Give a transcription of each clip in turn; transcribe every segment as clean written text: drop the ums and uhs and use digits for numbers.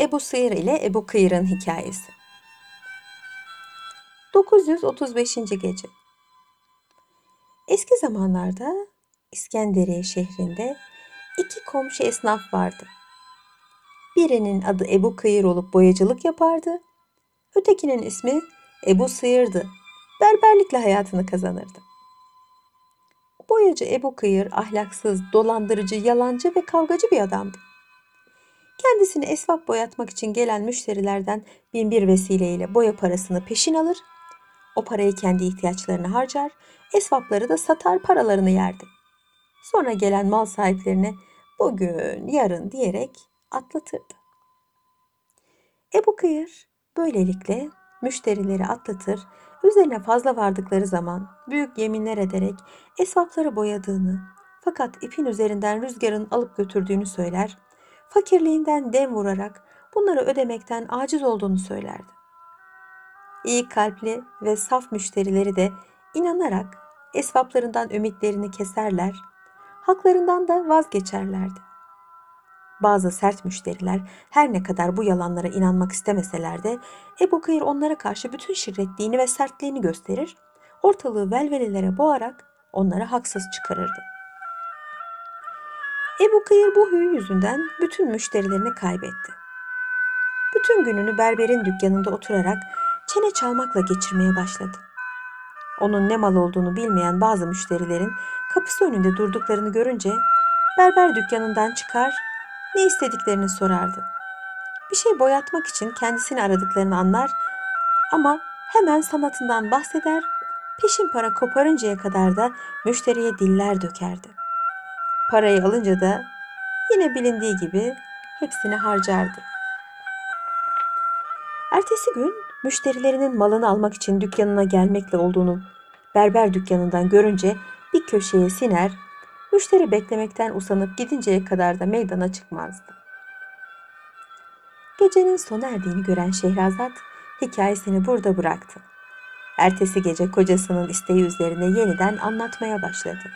Ebu Sıyır ile Ebu Kıyır'ın hikayesi. 935. gece. Eski zamanlarda İskenderiye şehrinde iki komşu esnaf vardı. Birinin adı Ebu Kıyır olup boyacılık yapardı. Ötekinin ismi Ebu Sıyır'dı. Berberlikle hayatını kazanırdı. Boyacı Ebu Kıyır ahlaksız, dolandırıcı, yalancı ve kavgacı bir adamdı. Kendisini esvap boyatmak için gelen müşterilerden bin bir vesileyle boya parasını peşin alır, o parayı kendi ihtiyaçlarına harcar, esvapları da satar paralarını yerdi. Sonra gelen mal sahiplerine bugün, yarın diyerek atlatırdı. Ebu Kıyır böylelikle müşterileri atlatır, üzerine fazla vardıkları zaman büyük yeminler ederek esvapları boyadığını, fakat ipin üzerinden rüzgarın alıp götürdüğünü söyler, fakirliğinden dem vurarak bunları ödemekten aciz olduğunu söylerdi. İyi kalpli ve saf müşterileri de inanarak esvaplarından ümitlerini keserler, haklarından da vazgeçerlerdi. Bazı sert müşteriler her ne kadar bu yalanlara inanmak istemeseler de Ebu Kıyır onlara karşı bütün şirretliğini ve sertliğini gösterir, ortalığı velvelelere boğarak onları haksız çıkarırdı. Ebu Kıyır bu huyu yüzünden bütün müşterilerini kaybetti. Bütün gününü berberin dükkanında oturarak çene çalmakla geçirmeye başladı. Onun ne mal olduğunu bilmeyen bazı müşterilerin kapısı önünde durduklarını görünce berber dükkanından çıkar, ne istediklerini sorardı. Bir şey boyatmak için kendisini aradıklarını anlar ama hemen sanatından bahseder, peşin para koparıncaya kadar da müşteriye diller dökerdi. Parayı alınca da yine bilindiği gibi hepsini harcardı. Ertesi gün müşterilerinin malını almak için dükkanına gelmekle olduğunu berber dükkanından görünce bir köşeye siner, müşteri beklemekten usanıp gidinceye kadar da meydana çıkmazdı. Gecenin sona erdiğini gören Şehrazat hikayesini burada bıraktı. Ertesi gece kocasının isteği üzerine yeniden anlatmaya başladı.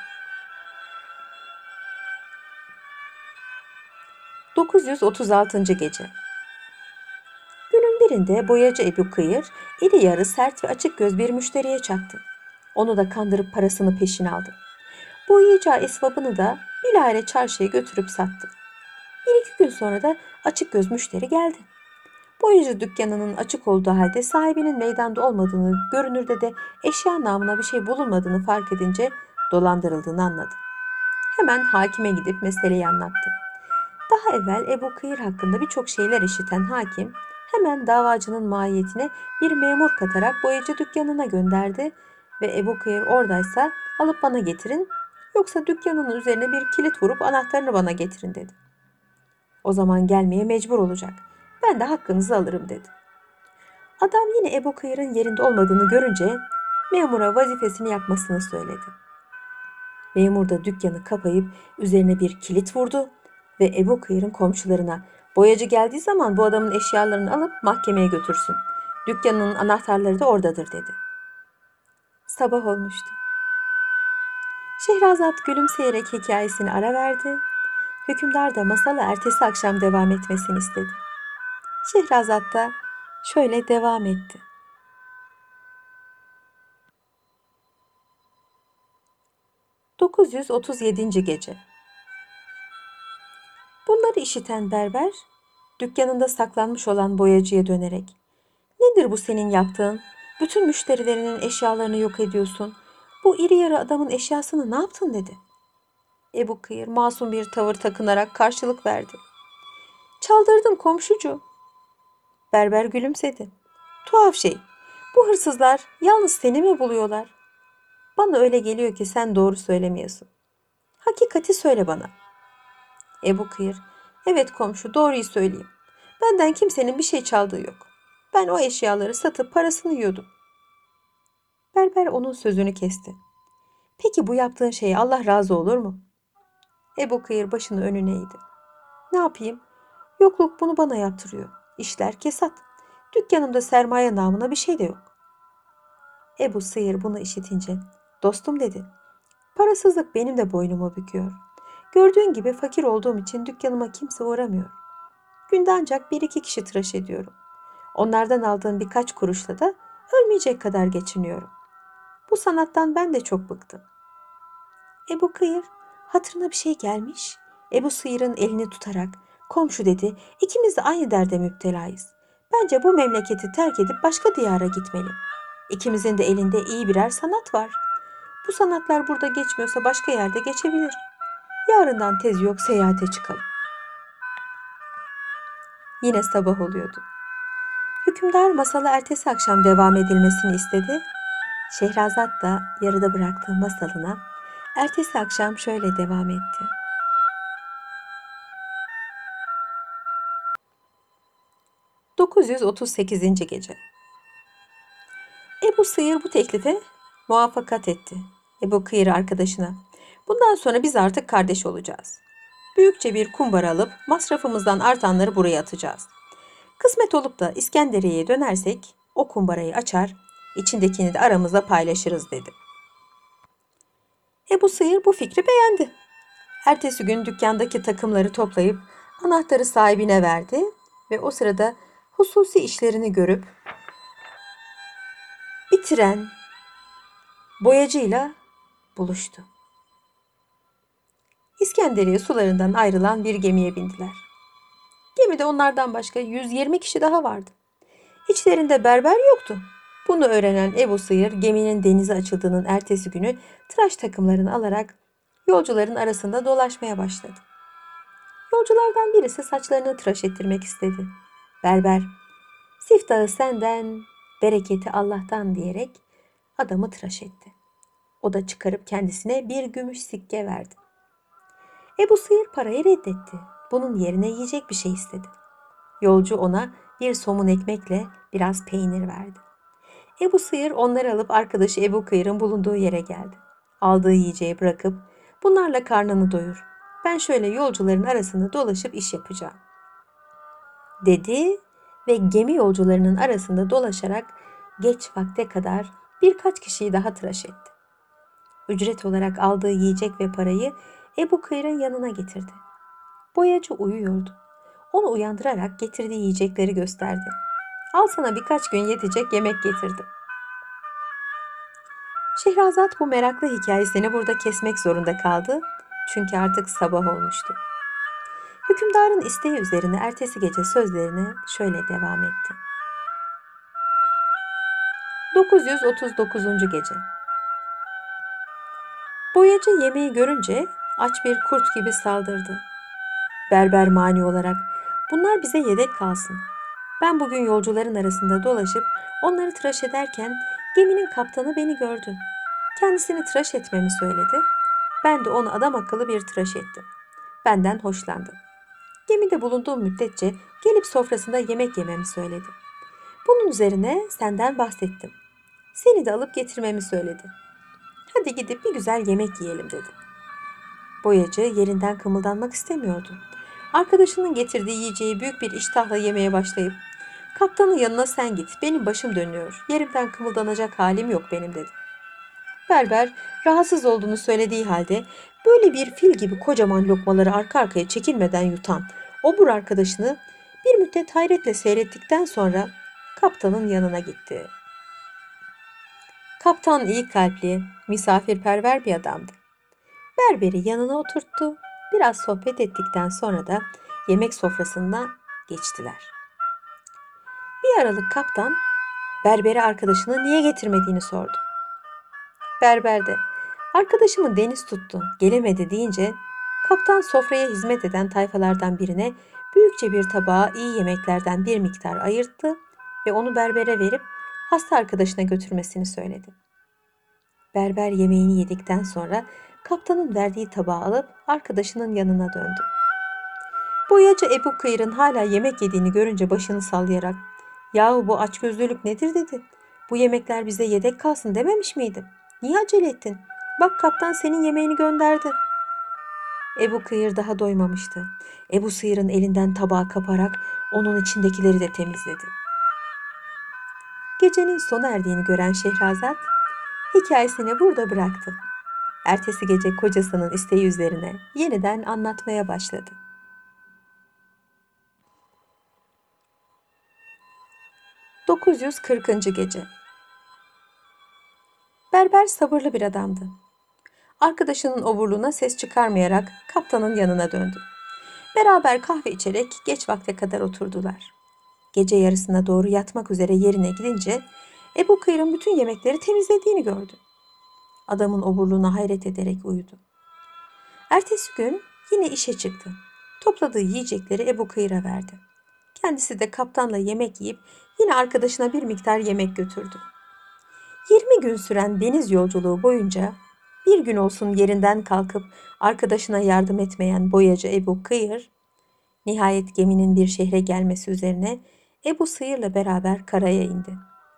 936. gece. Günün birinde boyacı Ebu Kıyır, iri yarı sert ve açık göz bir müşteriye çattı. Onu da kandırıp parasını peşin aldı. Boyayacağı esvabını da bilahare çarşıya götürüp sattı. Bir iki gün sonra da açık göz müşteri geldi. Boyacı dükkanının açık olduğu halde sahibinin meydanda olmadığını, görünürde de eşya namına bir şey bulunmadığını fark edince dolandırıldığını anladı. Hemen hakime gidip meseleyi anlattı. Daha evvel Ebu Kıyır hakkında birçok şeyler işiten hakim hemen davacının mahiyetine bir memur katarak boyacı dükkanına gönderdi ve Ebu Kıyır oradaysa alıp bana getirin, yoksa dükkanının üzerine bir kilit vurup anahtarını bana getirin dedi. O zaman gelmeye mecbur olacak. Ben de hakkınızı alırım dedi. Adam yine Ebu Kıyır'ın yerinde olmadığını görünce memura vazifesini yapmasını söyledi. Memur da dükkanı kapayıp üzerine bir kilit vurdu ve Ebu Kıyır'ın komşularına boyacı geldiği zaman bu adamın eşyalarını alıp mahkemeye götürsün. Dükkanının anahtarları da oradadır dedi. Sabah olmuştu. Şehrazat gülümseyerek hikayesini ara verdi. Hükümdar da masala ertesi akşam devam etmesini istedi. Şehrazat da şöyle devam etti. 937. gece. Bunları işiten berber dükkanında saklanmış olan boyacıya dönerek "Nedir bu senin yaptığın? Bütün müşterilerinin eşyalarını yok ediyorsun. Bu iri yarı adamın eşyasını ne yaptın?" dedi. Ebu Kıyır masum bir tavır takınarak karşılık verdi. "Çaldırdım komşucu." Berber gülümsedi. "Tuhaf şey. Bu hırsızlar yalnız seni mi buluyorlar? Bana öyle geliyor ki sen doğru söylemiyorsun. Hakikati söyle bana." Ebu Kıyır, "Evet komşu, doğruyu söyleyeyim. Benden kimsenin bir şey çaldığı yok. Ben o eşyaları satıp parasını yiyordum." Berber onun sözünü kesti. "Peki bu yaptığın şeye Allah razı olur mu?" Ebu Kıyır başını önüne eğdi. "Ne yapayım? Yokluk bunu bana yaptırıyor. İşler kesat. Dükkanımda sermaye namına bir şey de yok." Ebu Sıyır bunu işitince, "Dostum," dedi, "parasızlık benim de boynumu büküyor. Gördüğün gibi fakir olduğum için dükkanıma kimse uğramıyor. Günde ancak bir iki kişi tıraş ediyorum. Onlardan aldığım birkaç kuruşla da ölmeyecek kadar geçiniyorum. Bu sanattan ben de çok bıktım. Ebu Kıyır, hatırına bir şey gelmiş. Ebu Sıyır'ın elini tutarak, komşu dedi, ikimiz de aynı derde müptelayız. Bence bu memleketi terk edip başka diyara gitmeli. İkimizin de elinde iyi birer sanat var. Bu sanatlar burada geçmiyorsa başka yerde geçebilir. Yarından tez yok seyahate çıkalım. Yine sabah oluyordu. Hükümdar masalı ertesi akşam devam edilmesini istedi. Şehrazat da yarıda bıraktığı masalına ertesi akşam şöyle devam etti. 938. Gece. Ebu Sıyır bu teklife muvaffakat etti. Ebu Kıyır arkadaşına, bundan sonra biz artık kardeş olacağız. Büyükçe bir kumbara alıp masrafımızdan artanları buraya atacağız. Kısmet olup da İskenderiye'ye dönersek o kumbarayı açar, içindekini de aramızda paylaşırız dedi. Ebu Sıyır bu fikri beğendi. Ertesi gün dükkandaki takımları toplayıp anahtarı sahibine verdi ve o sırada hususi işlerini görüp bitiren boyacıyla buluştu. İskenderiye sularından ayrılan bir gemiye bindiler. Gemide onlardan başka 120 kişi daha vardı. İçlerinde berber yoktu. Bunu öğrenen Ebu Sıyır geminin denize açıldığının ertesi günü tıraş takımlarını alarak yolcuların arasında dolaşmaya başladı. Yolculardan birisi saçlarını tıraş ettirmek istedi. Berber, "Siftahı senden, bereketi Allah'tan" diyerek adamı tıraş etti. O da çıkarıp kendisine bir gümüş sikke verdi. Ebu Sıyır parayı reddetti. Bunun yerine yiyecek bir şey istedi. Yolcu ona bir somun ekmekle biraz peynir verdi. Ebu Sıyır onları alıp arkadaşı Ebu Kıyır'ın bulunduğu yere geldi. Aldığı yiyeceği bırakıp bunlarla karnını doyur. Ben şöyle yolcuların arasında dolaşıp iş yapacağım dedi ve gemi yolcularının arasında dolaşarak geç vakte kadar birkaç kişiyi daha tıraş etti. Ücret olarak aldığı yiyecek ve parayı Ebu Kıyır'ın yanına getirdi. Boyacı uyuyordu. Onu uyandırarak getirdiği yiyecekleri gösterdi. "Al sana birkaç gün yetecek yemek getirdim." Şehrazat bu meraklı hikayesini burada kesmek zorunda kaldı. Çünkü artık sabah olmuştu. Hükümdarın isteği üzerine ertesi gece sözlerine şöyle devam etti. 939. Gece. Boyacı yemeği görünce aç bir kurt gibi saldırdı. Berber mani olarak, "Bunlar bize yedek kalsın. Ben bugün yolcuların arasında dolaşıp onları tıraş ederken geminin kaptanı beni gördü. Kendisini tıraş etmemi söyledi. Ben de onu adam akıllı bir tıraş ettim. Benden hoşlandı. Gemide bulunduğum müddetçe gelip sofrasında yemek yememi söyledi. Bunun üzerine senden bahsettim. Seni de alıp getirmemi söyledi. Hadi gidip bir güzel yemek yiyelim" dedi. Boyacı yerinden kımıldanmak istemiyordu. Arkadaşının getirdiği yiyeceği büyük bir iştahla yemeye başlayıp, "Kaptanın yanına sen git, benim başım dönüyor, yerimden kımıldanacak halim yok benim" dedi. Berber rahatsız olduğunu söylediği halde böyle bir fil gibi kocaman lokmaları arka arkaya çekilmeden yutan obur arkadaşını bir müddet hayretle seyrettikten sonra kaptanın yanına gitti. Kaptan iyi kalpli, misafirperver bir adamdı. Berberi yanına oturttu. Biraz sohbet ettikten sonra da yemek sofrasına geçtiler. Bir aralık kaptan berberi arkadaşını niye getirmediğini sordu. Berber de, "Arkadaşımın deniz tuttu, gelemedi" deyince kaptan sofraya hizmet eden tayfalardan birine büyükçe bir tabağa iyi yemeklerden bir miktar ayırttı ve onu berbere verip hasta arkadaşına götürmesini söyledi. Berber yemeğini yedikten sonra kaptanın verdiği tabağı alıp arkadaşının yanına döndü. Boyacı Ebu Kıyır'ın hala yemek yediğini görünce başını sallayarak, "Yahu bu açgözlülük nedir?" dedi. "Bu yemekler bize yedek kalsın dememiş miydim? Niye acele ettin? Bak kaptan senin yemeğini gönderdi." Ebu Kıyır daha doymamıştı. Ebu Sıyır'ın elinden tabağı kaparak onun içindekileri de temizledi. Gecenin sona erdiğini gören Şehrazat hikayesini burada bıraktı. Ertesi gece kocasının isteği üzerine yeniden anlatmaya başladı. 940. Gece. Berber sabırlı bir adamdı. Arkadaşının oburluğuna ses çıkarmayarak kaptanın yanına döndü. Beraber kahve içerek geç vakte kadar oturdular. Gece yarısına doğru yatmak üzere yerine gidince Ebu Kıyr'ın bütün yemekleri temizlediğini gördü. Adamın oburluğuna hayret ederek uyudu. Ertesi gün yine işe çıktı. Topladığı yiyecekleri Ebu Kıyr'a verdi. Kendisi de kaptanla yemek yiyip yine arkadaşına bir miktar yemek götürdü. 20 gün süren deniz yolculuğu boyunca bir gün olsun yerinden kalkıp arkadaşına yardım etmeyen boyacı Ebu Kıyır, nihayet geminin bir şehre gelmesi üzerine Ebu Sıyır'la beraber karaya indi.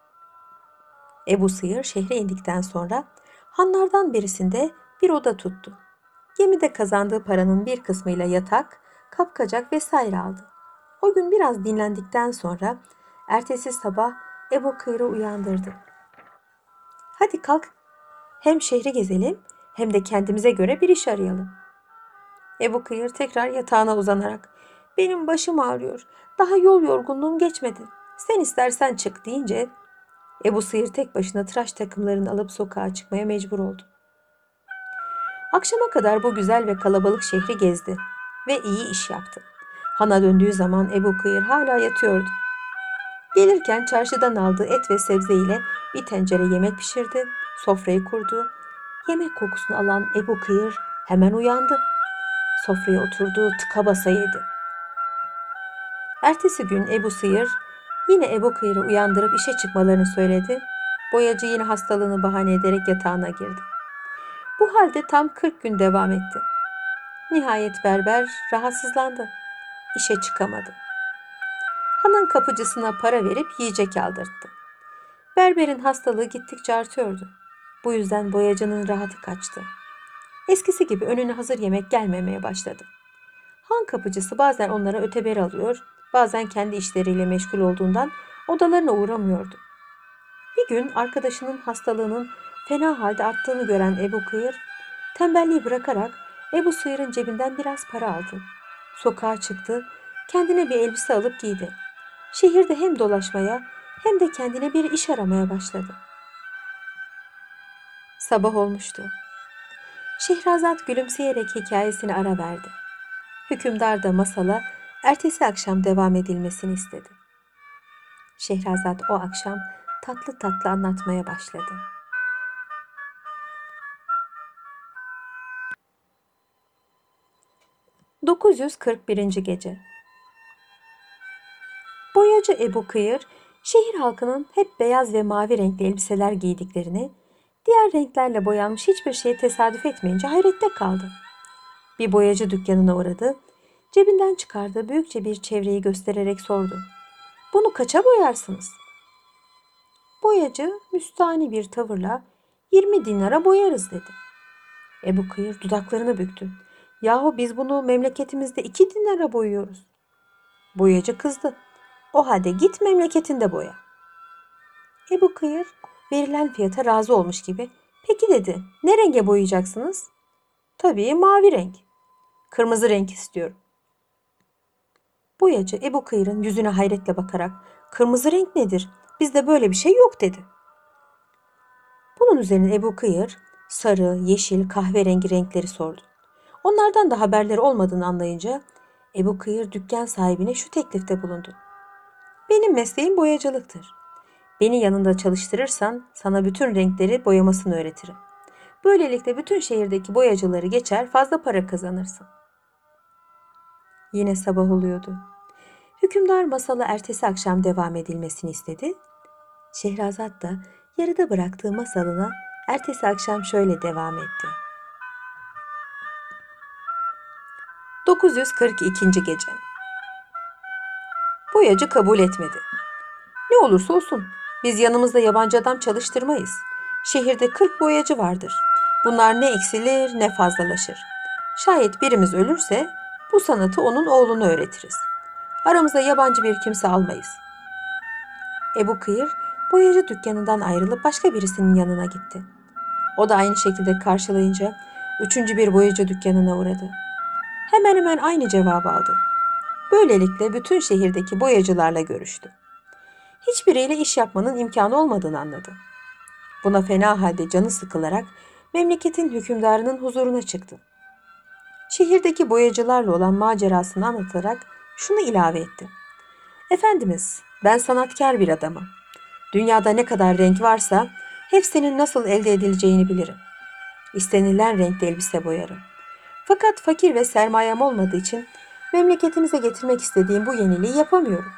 Ebu Sıyır şehre indikten sonra hanlardan birisinde bir oda tuttu. Gemide kazandığı paranın bir kısmıyla yatak, kapkacak vesaire aldı. O gün biraz dinlendikten sonra ertesi sabah Ebu Kıyır'ı uyandırdı. Hadi kalk, hem şehri gezelim hem de kendimize göre bir iş arayalım. Ebu Kıyır tekrar yatağına uzanarak benim başım ağrıyor, daha yol yorgunluğum geçmedi, sen istersen çık deyince Ebu Sıyır tek başına tıraş takımlarını alıp sokağa çıkmaya mecbur oldu. Akşama kadar bu güzel ve kalabalık şehri gezdi ve iyi iş yaptı. Han'a döndüğü zaman Ebu Kıyır hala yatıyordu. Gelirken çarşıdan aldığı et ve sebze ile bir tencere yemek pişirdi, sofrayı kurdu. Yemek kokusunu alan Ebu Kıyır hemen uyandı. Sofraya oturdu, tıka basa yedi. Ertesi gün Ebu Sıyır yine Ebu Kıyır'ı uyandırıp işe çıkmalarını söyledi. Boyacı yine hastalığını bahane ederek yatağına girdi. Bu halde tam 40 gün devam etti. Nihayet berber rahatsızlandı. İşe çıkamadı. Hanın kapıcısına para verip yiyecek aldırttı. Berberin hastalığı gittikçe artıyordu. Bu yüzden boyacının rahatı kaçtı. Eskisi gibi önüne hazır yemek gelmemeye başladı. Han kapıcısı bazen onlara öteber alıyor, bazen kendi işleriyle meşgul olduğundan odalarına uğramıyordu. Bir gün arkadaşının hastalığının fena halde arttığını gören Ebu Kıyır, tembelliği bırakarak Ebu Sıyır'ın cebinden biraz para aldı. Sokağa çıktı, kendine bir elbise alıp giydi. Şehirde hem dolaşmaya hem de kendine bir iş aramaya başladı. Sabah olmuştu. Şehrazat gülümseyerek hikayesine ara verdi. Hükümdar da masala ertesi akşam devam edilmesini istedi. Şehrazat o akşam tatlı tatlı anlatmaya başladı. ...941. Gece. Boyacı Ebu Kıyır, şehir halkının hep beyaz ve mavi renkli elbiseler giydiklerini, diğer renklerle boyanmış hiçbir şeye tesadüf etmeyince hayrette kaldı. Bir boyacı dükkanına uğradı, cebinden çıkardığı büyükçe bir çevreyi göstererek sordu. Bunu kaça boyarsınız? Boyacı müstahni bir tavırla 20 dinara boyarız dedi. Ebu Kıyır dudaklarını büktü. Yahu biz bunu memleketimizde 2 dinara boyuyoruz. Boyacı kızdı. O halde git memleketinde boya. Ebu Kıyır verilen fiyata razı olmuş gibi. Peki dedi, ne renge boyayacaksınız? Tabii mavi renk. Kırmızı renk istiyorum. Boyacı Ebu Kıyır'ın yüzüne hayretle bakarak kırmızı renk nedir? Bizde böyle bir şey yok dedi. Bunun üzerine Ebu Kıyır sarı, yeşil, kahverengi renkleri sordu. Onlardan da haberleri olmadığını anlayınca Ebu Kıyır dükkan sahibine şu teklifte bulundu. Benim mesleğim boyacılıktır. Beni yanında çalıştırırsan sana bütün renkleri boyamasını öğretirim. Böylelikle bütün şehirdeki boyacıları geçer, fazla para kazanırsın. Yine sabah oluyordu. Hükümdar masala ertesi akşam devam edilmesini istedi. Şehrazat da yarıda bıraktığı masalına ertesi akşam şöyle devam etti. 942. Gece. Boyacı kabul etmedi. Ne olursa olsun biz yanımızda yabancı adam çalıştırmayız. Şehirde 40 boyacı vardır. Bunlar ne eksilir ne fazlalaşır. Şayet birimiz ölürse bu sanatı onun oğluna öğretiriz. Aramıza yabancı bir kimse almayız. Ebu Kıyır boyacı dükkanından ayrılıp başka birisinin yanına gitti. O da aynı şekilde karşılayınca üçüncü bir boyacı dükkanına uğradı. Hemen hemen aynı cevabı aldı. Böylelikle bütün şehirdeki boyacılarla görüştü. Hiçbiriyle iş yapmanın imkanı olmadığını anladı. Buna fena halde canı sıkılarak memleketin hükümdarının huzuruna çıktı. Şehirdeki boyacılarla olan macerasını anlatarak şunu ilave etti. Efendimiz, ben sanatkar bir adamım. Dünyada ne kadar renk varsa hepsinin nasıl elde edileceğini bilirim. İstenilen renkte elbise boyarım. Fakat fakir ve sermayem olmadığı için memleketinize getirmek istediğim bu yeniliği yapamıyorum.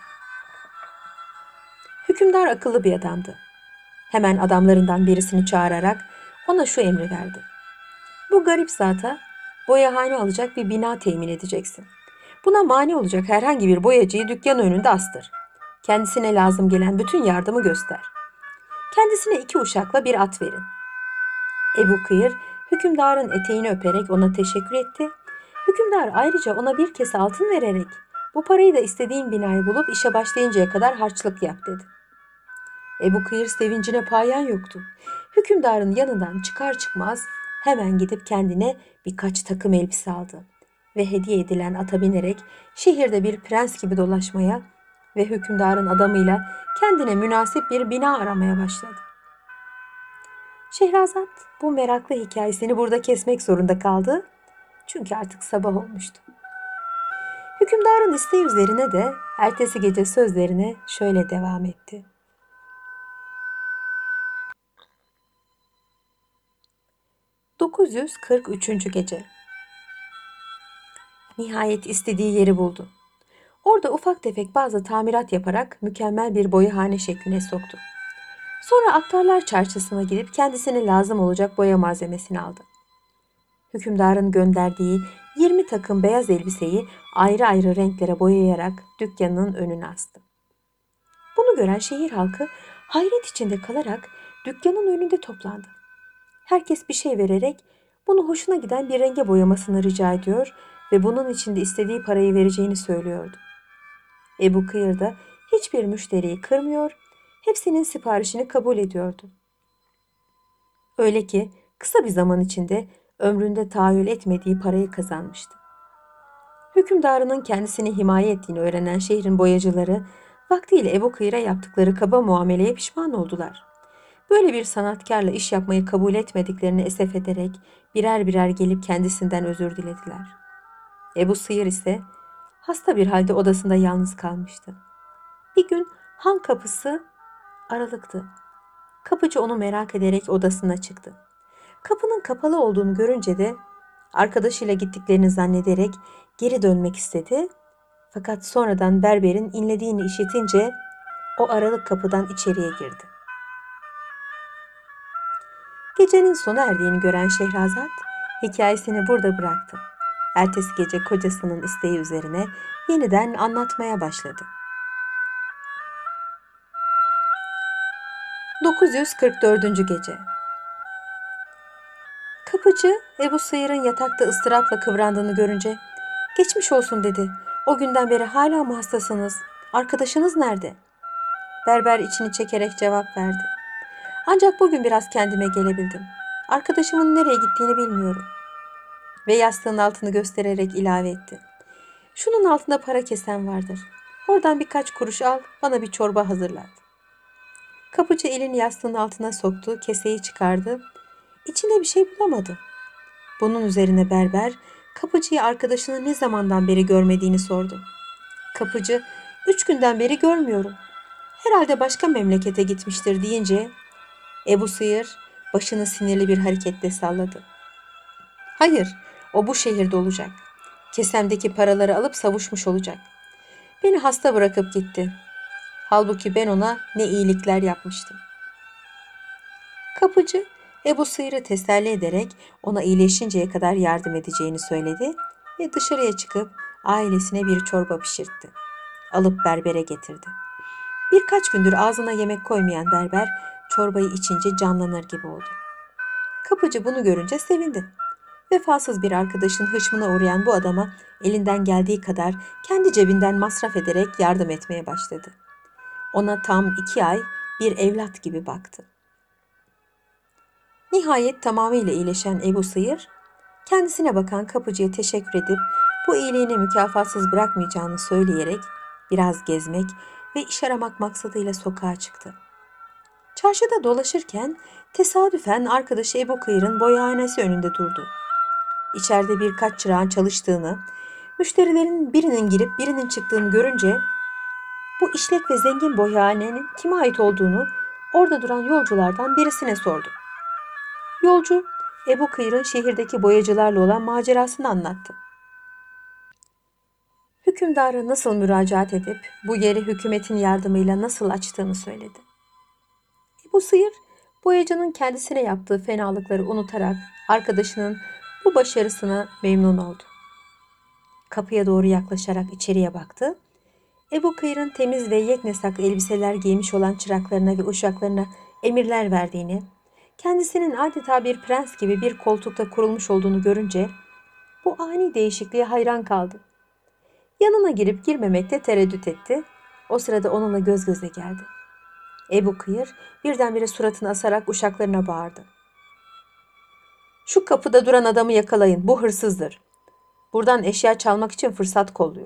Hükümdar akıllı bir adamdı. Hemen adamlarından birisini çağırarak ona şu emri verdi. Bu garip zata boyahane alacak bir bina temin edeceksin. Buna mani olacak herhangi bir boyacıyı dükkan önünde astır. Kendisine lazım gelen bütün yardımı göster. Kendisine 2 uşakla bir at verin. Ebu Kıyır hükümdarın eteğini öperek ona teşekkür etti. Hükümdar ayrıca ona bir kese altın vererek bu parayı da istediğin binayı bulup işe başlayıncaya kadar harçlık yap dedi. Ebu Kıyır sevincine payan yoktu. Hükümdarın yanından çıkar çıkmaz hemen gidip kendine birkaç takım elbise aldı ve hediye edilen ata binerek şehirde bir prens gibi dolaşmaya ve hükümdarın adamıyla kendine münasip bir bina aramaya başladı. Şehrazat bu meraklı hikayesini burada kesmek zorunda kaldı. Çünkü artık sabah olmuştu. Hükümdarın isteği üzerine de ertesi gece sözlerine şöyle devam etti. 943. gece. Nihayet istediği yeri buldu. Orada ufak tefek bazı tamirat yaparak mükemmel bir boyahane şekline soktu. Sonra Attarlar Çarşısı'na gidip kendisine lazım olacak boya malzemesini aldı. Hükümdarın gönderdiği 20 takım beyaz elbiseyi ayrı ayrı renklere boyayarak dükkanının önüne astı. Bunu gören şehir halkı hayret içinde kalarak dükkanın önünde toplandı. Herkes bir şey vererek bunu hoşuna giden bir renge boyamasını rica ediyor ve bunun için de istediği parayı vereceğini söylüyordu. Ebu Kıyır da hiçbir müşteriyi kırmıyor, hepsinin siparişini kabul ediyordu. Öyle ki kısa bir zaman içinde ömründe tahayyül etmediği parayı kazanmıştı. Hükümdarının kendisini himaye ettiğini öğrenen şehrin boyacıları vaktiyle Ebu Kıyır'a yaptıkları kaba muameleye pişman oldular. Böyle bir sanatkarla iş yapmayı kabul etmediklerini esef ederek birer birer gelip kendisinden özür dilediler. Ebu Sıyır ise hasta bir halde odasında yalnız kalmıştı. Bir gün han kapısı aralıktı. Kapıcı onu merak ederek odasına çıktı. Kapının kapalı olduğunu görünce de arkadaşıyla gittiklerini zannederek geri dönmek istedi. Fakat sonradan berberin inlediğini işitince o aralık kapıdan içeriye girdi. Gecenin sona erdiğini gören Şehrazat hikayesini burada bıraktı. Ertesi gece kocasının isteği üzerine yeniden anlatmaya başladı. 944. gece. Kapıcı Ebu Sıyır'ın yatakta ıstırapla kıvrandığını görünce "Geçmiş olsun" dedi. "O günden beri hala mı hastasınız? Arkadaşınız nerede?" Berber içini çekerek cevap verdi. "Ancak bugün biraz kendime gelebildim. Arkadaşımın nereye gittiğini bilmiyorum." Ve yastığın altını göstererek ilave etti. "Şunun altında para kesen vardır. Oradan birkaç kuruş al, bana bir çorba hazırlat." Kapıcı elini yastığın altına soktu, keseyi çıkardı. İçinde bir şey bulamadı. Bunun üzerine berber, kapıcıyı arkadaşını ne zamandan beri görmediğini sordu. Kapıcı, 3 günden beri görmüyorum. Herhalde başka memlekete gitmiştir deyince, Ebu Sıyır başını sinirli bir hareketle salladı. "Hayır, o bu şehirde olacak. Kesemdeki paraları alıp savuşmuş olacak. Beni hasta bırakıp gitti. Halbuki ben ona ne iyilikler yapmıştım." Kapıcı Ebu Sıyır'ı teselli ederek ona iyileşinceye kadar yardım edeceğini söyledi ve dışarıya çıkıp ailesine bir çorba pişirtti. Alıp berbere getirdi. Birkaç gündür ağzına yemek koymayan berber çorbayı içince canlanır gibi oldu. Kapıcı bunu görünce sevindi. Vefasız bir arkadaşın hışmına uğrayan bu adama elinden geldiği kadar kendi cebinden masraf ederek yardım etmeye başladı. Ona tam 2 ay bir evlat gibi baktı. Nihayet tamamıyla iyileşen Ebu Sıyır, kendisine bakan kapıcıya teşekkür edip bu iyiliğini mükafatsız bırakmayacağını söyleyerek biraz gezmek ve iş aramak maksadıyla sokağa çıktı. Çarşıda dolaşırken tesadüfen arkadaşı Ebu Kıyır'ın boyahanesi önünde durdu. İçeride birkaç çırağın çalıştığını, müşterilerin birinin girip birinin çıktığını görünce bu işlek ve zengin boyahanenin kime ait olduğunu orada duran yolculardan birisine sordu. Yolcu, Ebu Kıyır'ın şehirdeki boyacılarla olan macerasını anlattı. Hükümdara nasıl müracaat edip bu yeri hükümetin yardımıyla nasıl açtığını söyledi. Ebu Sıyır, boyacının kendisine yaptığı fenalıkları unutarak arkadaşının bu başarısına memnun oldu. Kapıya doğru yaklaşarak içeriye baktı. Ebu Kıyır'ın temiz ve yeknesak elbiseler giymiş olan çıraklarına ve uşaklarına emirler verdiğini, kendisinin adeta bir prens gibi bir koltukta kurulmuş olduğunu görünce bu ani değişikliğe hayran kaldı. Yanına girip girmemekte tereddüt etti. O sırada onunla göz göze geldi. Ebu Kıyır birdenbire suratını asarak uşaklarına bağırdı. "Şu kapıda duran adamı yakalayın, bu hırsızdır. Buradan eşya çalmak için fırsat kolluyor."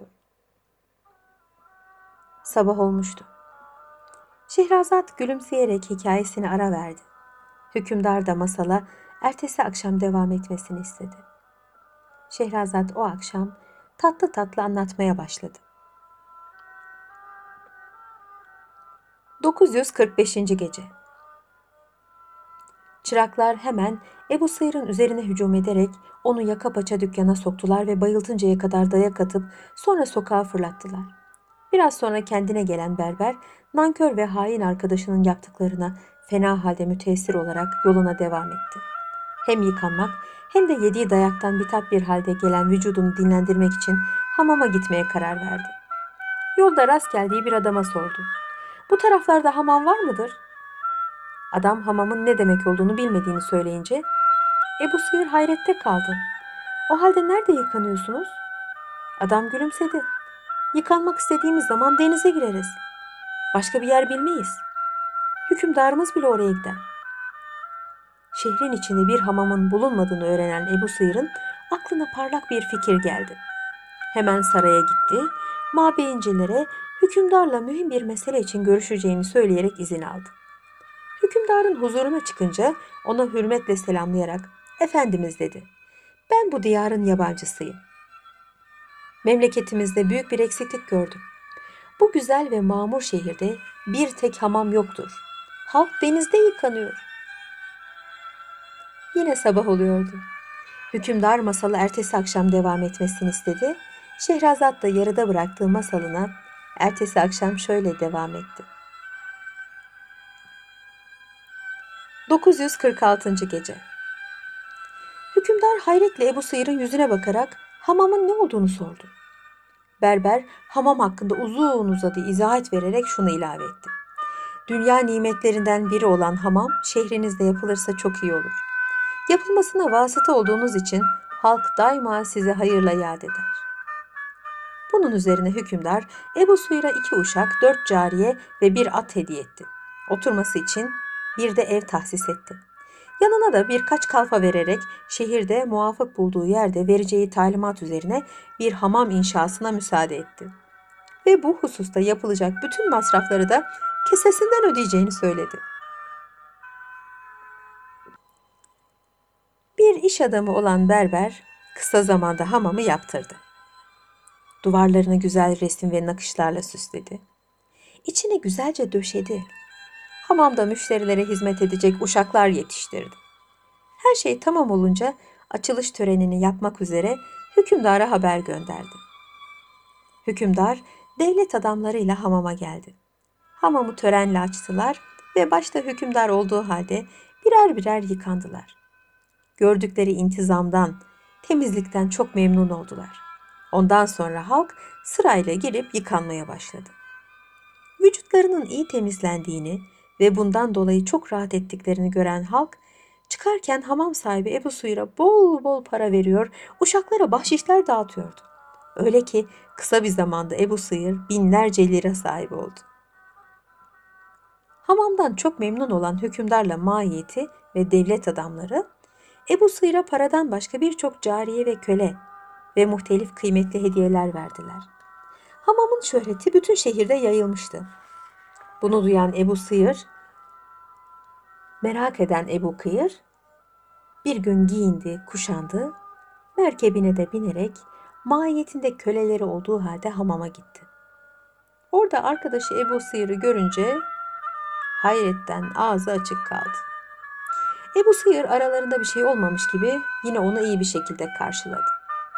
Sabah olmuştu. Şehrazat gülümseyerek hikayesini ara verdi. Hükümdar da masala ertesi akşam devam etmesini istedi. Şehrazat o akşam tatlı tatlı anlatmaya başladı. 945. Gece. Çıraklar hemen Ebu Sıyır'ın üzerine hücum ederek onu yaka paça dükkana soktular ve bayıltıncaya kadar dayak atıp sonra sokağa fırlattılar. Biraz sonra kendine gelen berber, nankör ve hain arkadaşının yaptıklarına fena halde müteessir olarak yoluna devam etti. Hem yıkanmak hem de yediği dayaktan bitap bir halde gelen vücudunu dinlendirmek için hamama gitmeye karar verdi. Yolda rast geldiği bir adama sordu. "Bu taraflarda hamam var mıdır?" Adam hamamın ne demek olduğunu bilmediğini söyleyince Ebu Sıyır hayrette kaldı. "O halde nerede yıkanıyorsunuz?" Adam gülümsedi. "Yıkanmak istediğimiz zaman denize gireriz. Başka bir yer bilmeyiz. Hükümdarımız bile oraya gider." Şehrin içinde bir hamamın bulunmadığını öğrenen Ebu Sıyır'ın aklına parlak bir fikir geldi. Hemen saraya gitti, mabeyincilere hükümdarla mühim bir mesele için görüşeceğini söyleyerek izin aldı. Hükümdarın huzuruna çıkınca ona hürmetle selamlayarak "Efendimiz" dedi. "Ben bu diyarın yabancısıyım. Memleketimizde büyük bir eksiklik gördüm. Bu güzel ve mamur şehirde bir tek hamam yoktur. Halk denizde yıkanıyor." Yine sabah oluyordu. Hükümdar masalı ertesi akşam devam etmesini istedi. Şehrazat da yarıda bıraktığı masalına ertesi akşam şöyle devam etti. 946. Gece. Hükümdar hayretle Ebu Sıyır'ın yüzüne bakarak hamamın ne olduğunu sordu. Berber hamam hakkında uzun uzadı izahat vererek şunu ilave etti. "Dünya nimetlerinden biri olan hamam şehrinizde yapılırsa çok iyi olur. Yapılmasına vasıta olduğunuz için halk daima size hayırla yad eder." Bunun üzerine hükümdar Ebu Sıyır'a 2 uşak, 4 cariye ve bir at hediye etti. Oturması için bir de ev tahsis etti. Yanına da birkaç kalfa vererek şehirde muvafık bulduğu yerde vereceği talimat üzerine bir hamam inşasına müsaade etti. Ve bu hususta yapılacak bütün masrafları da kesesinden ödeyeceğini söyledi. Bir iş adamı olan berber kısa zamanda hamamı yaptırdı. Duvarlarını güzel resim ve nakışlarla süsledi. İçini güzelce döşedi. Hamamda müşterilere hizmet edecek uşaklar yetiştirdi. Her şey tamam olunca açılış törenini yapmak üzere hükümdara haber gönderdi. Hükümdar devlet adamlarıyla hamama geldi. Hamamı törenle açtılar ve başta hükümdar olduğu halde birer birer yıkandılar. Gördükleri intizamdan, temizlikten çok memnun oldular. Ondan sonra halk sırayla girip yıkanmaya başladı. Vücutlarının iyi temizlendiğini ve bundan dolayı çok rahat ettiklerini gören halk, çıkarken hamam sahibi Ebu Sıyır'a bol bol para veriyor, uşaklara bahşişler dağıtıyordu. Öyle ki kısa bir zamanda Ebu Sıyır binlerce lira sahibi oldu. Hamamdan çok memnun olan hükümdarla maiyeti ve devlet adamları, Ebu Sıyır'a paradan başka birçok cariye ve köle ve muhtelif kıymetli hediyeler verdiler. Hamamın şöhreti bütün şehirde yayılmıştı. Bunu duyan Ebu Sıyır, merak eden Ebu Kıyır bir gün giyindi, kuşandı, merkebine de binerek mahiyetinde köleleri olduğu halde hamama gitti. Orada arkadaşı Ebu Sıyır'ı görünce hayretten ağzı açık kaldı. Ebu Sıyır aralarında bir şey olmamış gibi yine onu iyi bir şekilde karşıladı.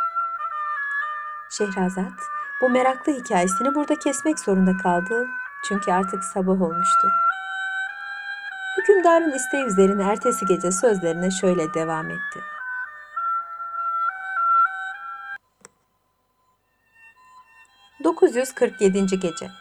Şehrazat bu meraklı hikayesini burada kesmek zorunda kaldı çünkü artık sabah olmuştu. Hükümdarın isteği üzerine ertesi gece sözlerine şöyle devam etti. 947. Gece.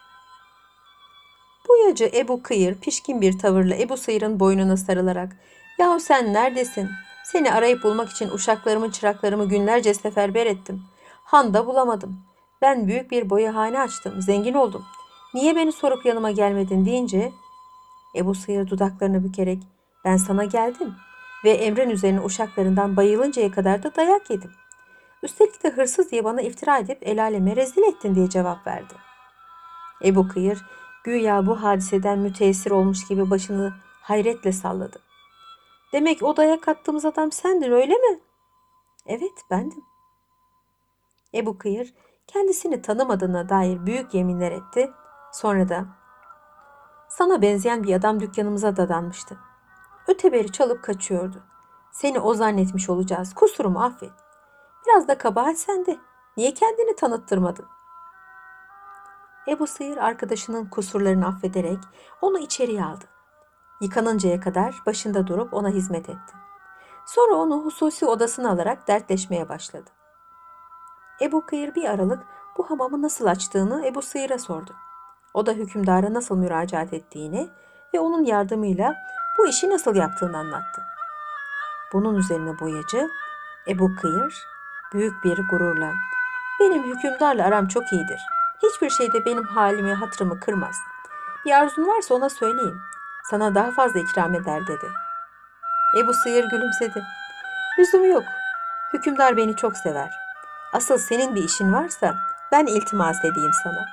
Boyacı Ebu Kıyır pişkin bir tavırla Ebu Sıyır'ın boynuna sarılarak ''Yahu sen neredesin? Seni arayıp bulmak için uşaklarımı çıraklarımı günlerce seferber ettim. Handa bulamadım. Ben büyük bir boyahane açtım. Zengin oldum. Niye beni sorup yanıma gelmedin?'' deyince Ebu Sıyır dudaklarını bükerek ''Ben sana geldim ve emrin üzerine uşaklarından bayılıncaya kadar da dayak yedim. Üstelik de hırsız diye bana iftira edip el aleme rezil ettin'' diye cevap verdi. Ebu Kıyır güya bu hadiseden müteessir olmuş gibi başını hayretle salladı. ''Demek o dayak attığımız adam sendin, öyle mi?'' ''Evet, bendim.'' Ebu Kıyır kendisini tanımadığına dair büyük yeminler etti. Sonra da ''Sana benzeyen bir adam dükkanımıza dadanmıştı. Öteberi çalıp kaçıyordu. Seni o zannetmiş olacağız. Kusurumu affet. Biraz da kabahat sende. Niye kendini tanıttırmadın?'' Ebu Sıyır arkadaşının kusurlarını affederek onu içeriye aldı. Yıkanıncaya kadar başında durup ona hizmet etti. Sonra onu hususi odasına alarak dertleşmeye başladı. Ebu Kıyır bir aralık bu hamamı nasıl açtığını Ebu Sıyır'a sordu. O da hükümdara nasıl müracaat ettiğini ve onun yardımıyla bu işi nasıl yaptığını anlattı. Bunun üzerine boyacı Ebu Kıyır büyük bir gururla ''Benim hükümdarla aram çok iyidir. Hiçbir şeyde benim halimi hatırımı kırmaz. Bir arzun varsa ona söyleyeyim. Sana daha fazla ikram eder.'' dedi. Ebu Sıyır gülümsedi. ''Lüzumu yok. Hükümdar beni çok sever. Asıl senin bir işin varsa ben iltimas edeyim sana.''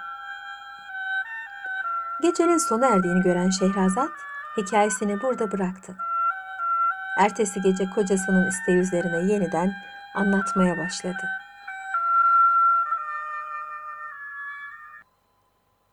Gecenin sona erdiğini gören Şehrazat hikayesini burada bıraktı. Ertesi gece kocasının isteği üzerine yeniden anlatmaya başladı.